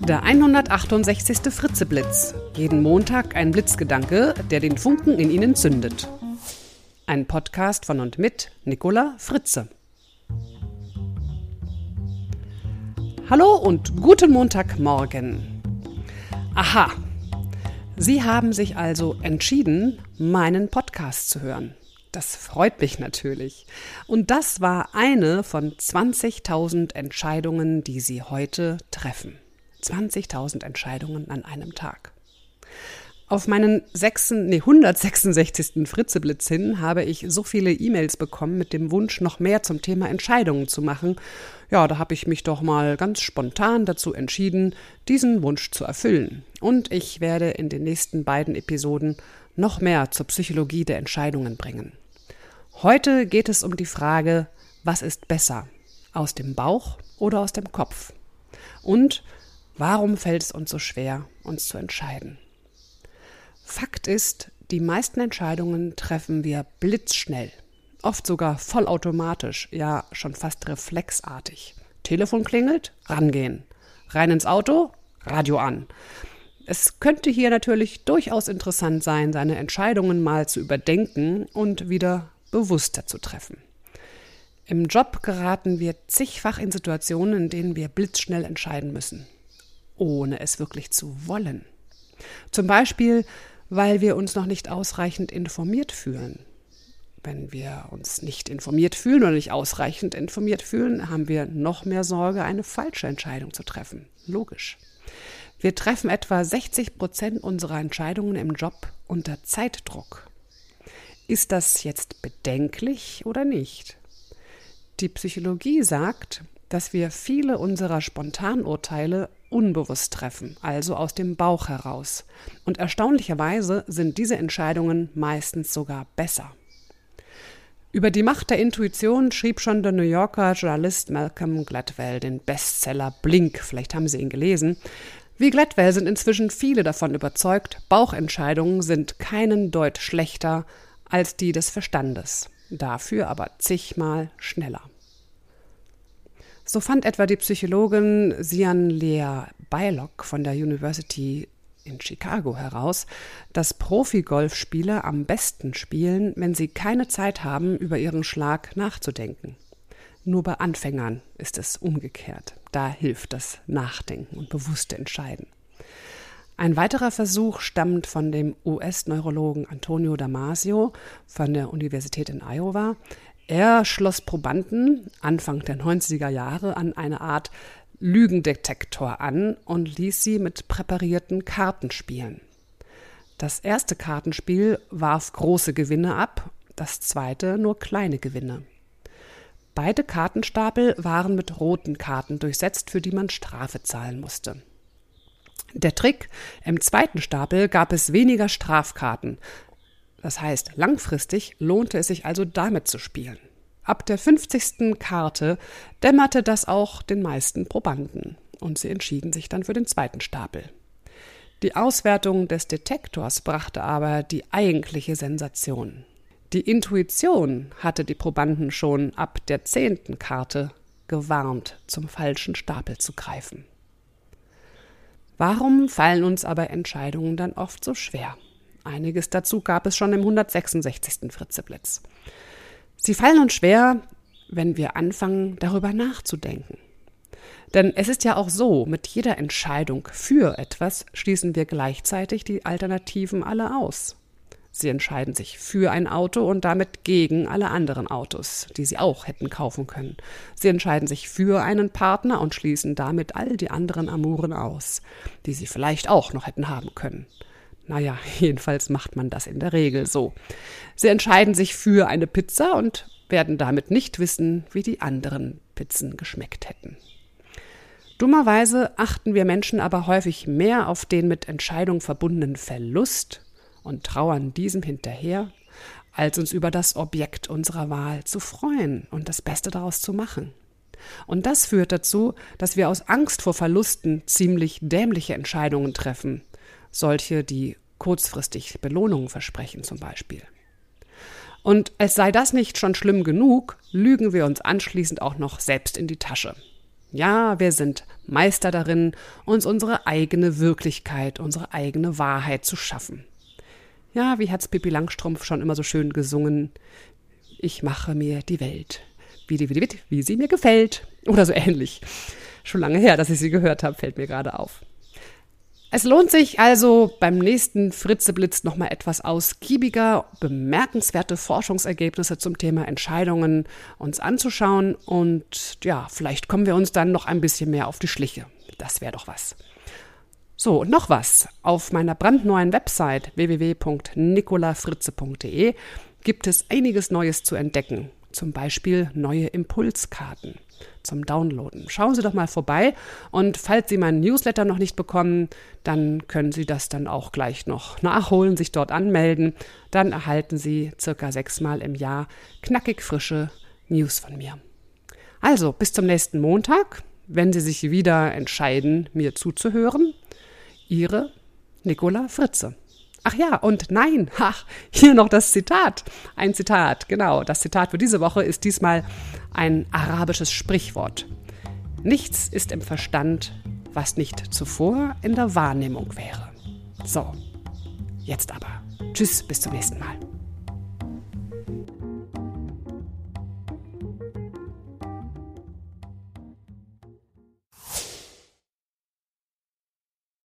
Der 168. Fritzeblitz. Jeden Montag ein Blitzgedanke, der den Funken in Ihnen zündet. Ein Podcast von und mit Nicola Fritze. Hallo und guten Montagmorgen. Aha, Sie haben sich also entschieden, meinen Podcast zu hören. Das freut mich natürlich. Und das war eine von 20.000 Entscheidungen, die Sie heute treffen. 20.000 Entscheidungen an einem Tag. Auf meinen 166. Fritzeblitz hin habe ich so viele E-Mails bekommen mit dem Wunsch, noch mehr zum Thema Entscheidungen zu machen. Ja, da habe ich mich doch mal ganz spontan dazu entschieden, diesen Wunsch zu erfüllen. Und ich werde in den nächsten beiden Episoden noch mehr zur Psychologie der Entscheidungen bringen. Heute geht es um die Frage, was ist besser, aus dem Bauch oder aus dem Kopf? Und warum fällt es uns so schwer, uns zu entscheiden? Fakt ist, die meisten Entscheidungen treffen wir blitzschnell, oft sogar vollautomatisch, ja schon fast reflexartig. Telefon klingelt, rangehen. Rein ins Auto, Radio an. Es könnte hier natürlich durchaus interessant sein, seine Entscheidungen mal zu überdenken und wieder bewusster zu treffen. Im Job geraten wir zigfach in Situationen, in denen wir blitzschnell entscheiden müssen, ohne es wirklich zu wollen. Zum Beispiel, weil wir uns noch nicht ausreichend informiert fühlen. Wenn wir uns nicht informiert fühlen oder nicht ausreichend informiert fühlen, haben wir noch mehr Sorge, eine falsche Entscheidung zu treffen. Logisch. Wir treffen etwa 60% unserer Entscheidungen im Job unter Zeitdruck. Ist das jetzt bedenklich oder nicht? Die Psychologie sagt, dass wir viele unserer Spontanurteile unbewusst treffen, also aus dem Bauch heraus. Und erstaunlicherweise sind diese Entscheidungen meistens sogar besser. Über die Macht der Intuition schrieb schon der New Yorker Journalist Malcolm Gladwell den Bestseller Blink. Vielleicht haben Sie ihn gelesen. Wie Gladwell sind inzwischen viele davon überzeugt, Bauchentscheidungen sind keinen Deut schlechter als die des Verstandes. Dafür aber zigmal schneller. So fand etwa die Psychologin Sian Lea Beilock von der University in Chicago heraus, dass Profi-Golfspieler am besten spielen, wenn sie keine Zeit haben, über ihren Schlag nachzudenken. Nur bei Anfängern ist es umgekehrt. Da hilft das Nachdenken und bewusste Entscheiden. Ein weiterer Versuch stammt von dem US-Neurologen Antonio Damasio von der Universität in Iowa. Er schloss Probanden Anfang der 90er Jahre an eine Art Lügendetektor an und ließ sie mit präparierten Karten spielen. Das erste Kartenspiel warf große Gewinne ab, das zweite nur kleine Gewinne. Beide Kartenstapel waren mit roten Karten durchsetzt, für die man Strafe zahlen musste. Der Trick: im zweiten Stapel gab es weniger Strafkarten. Das heißt, langfristig lohnte es sich also damit zu spielen. Ab der 50. Karte dämmerte das auch den meisten Probanden und sie entschieden sich dann für den zweiten Stapel. Die Auswertung des Detektors brachte aber die eigentliche Sensation. Die Intuition hatte die Probanden schon ab der 10. Karte gewarnt, zum falschen Stapel zu greifen. Warum fallen uns aber Entscheidungen dann oft so schwer? Einiges dazu gab es schon im 166. Fritzeblitz. Sie fallen uns schwer, wenn wir anfangen, darüber nachzudenken. Denn es ist ja auch so, mit jeder Entscheidung für etwas schließen wir gleichzeitig die Alternativen alle aus. Sie entscheiden sich für ein Auto und damit gegen alle anderen Autos, die Sie auch hätten kaufen können. Sie entscheiden sich für einen Partner und schließen damit all die anderen Amuren aus, die Sie vielleicht auch noch hätten haben können. Naja, jedenfalls macht man das in der Regel so. Sie entscheiden sich für eine Pizza und werden damit nicht wissen, wie die anderen Pizzen geschmeckt hätten. Dummerweise achten wir Menschen aber häufig mehr auf den mit Entscheidung verbundenen Verlust und trauern diesem hinterher, als uns über das Objekt unserer Wahl zu freuen und das Beste daraus zu machen. Und das führt dazu, dass wir aus Angst vor Verlusten ziemlich dämliche Entscheidungen treffen, solche, die kurzfristig Belohnungen versprechen zum Beispiel. Und als sei das nicht schon schlimm genug, lügen wir uns anschließend auch noch selbst in die Tasche. Ja, wir sind Meister darin, uns unsere eigene Wirklichkeit, unsere eigene Wahrheit zu schaffen. Ja, wie hat's Pippi Langstrumpf schon immer so schön gesungen? Ich mache mir die Welt, wie sie mir gefällt. Oder so ähnlich. Schon lange her, dass ich sie gehört habe, fällt mir gerade auf. Es lohnt sich also beim nächsten Fritzeblitz nochmal etwas ausgiebiger, bemerkenswerte Forschungsergebnisse zum Thema Entscheidungen uns anzuschauen und ja, vielleicht kommen wir uns dann noch ein bisschen mehr auf die Schliche. Das wäre doch was. So, und noch was. Auf meiner brandneuen Website www.nicolafritze.de gibt es einiges Neues zu entdecken. Zum Beispiel neue Impulskarten zum Downloaden. Schauen Sie doch mal vorbei und falls Sie meinen Newsletter noch nicht bekommen, dann können Sie das dann auch gleich noch nachholen, sich dort anmelden. Dann erhalten Sie circa 6-mal im Jahr knackig frische News von mir. Also, bis zum nächsten Montag, wenn Sie sich wieder entscheiden, mir zuzuhören. Ihre Nicola Fritze. Ach ja, und nein, hier noch das Zitat. Ein Zitat, genau. Das Zitat für diese Woche ist diesmal ein arabisches Sprichwort. Nichts ist im Verstand, was nicht zuvor in der Wahrnehmung wäre. So, jetzt aber. Tschüss, bis zum nächsten Mal.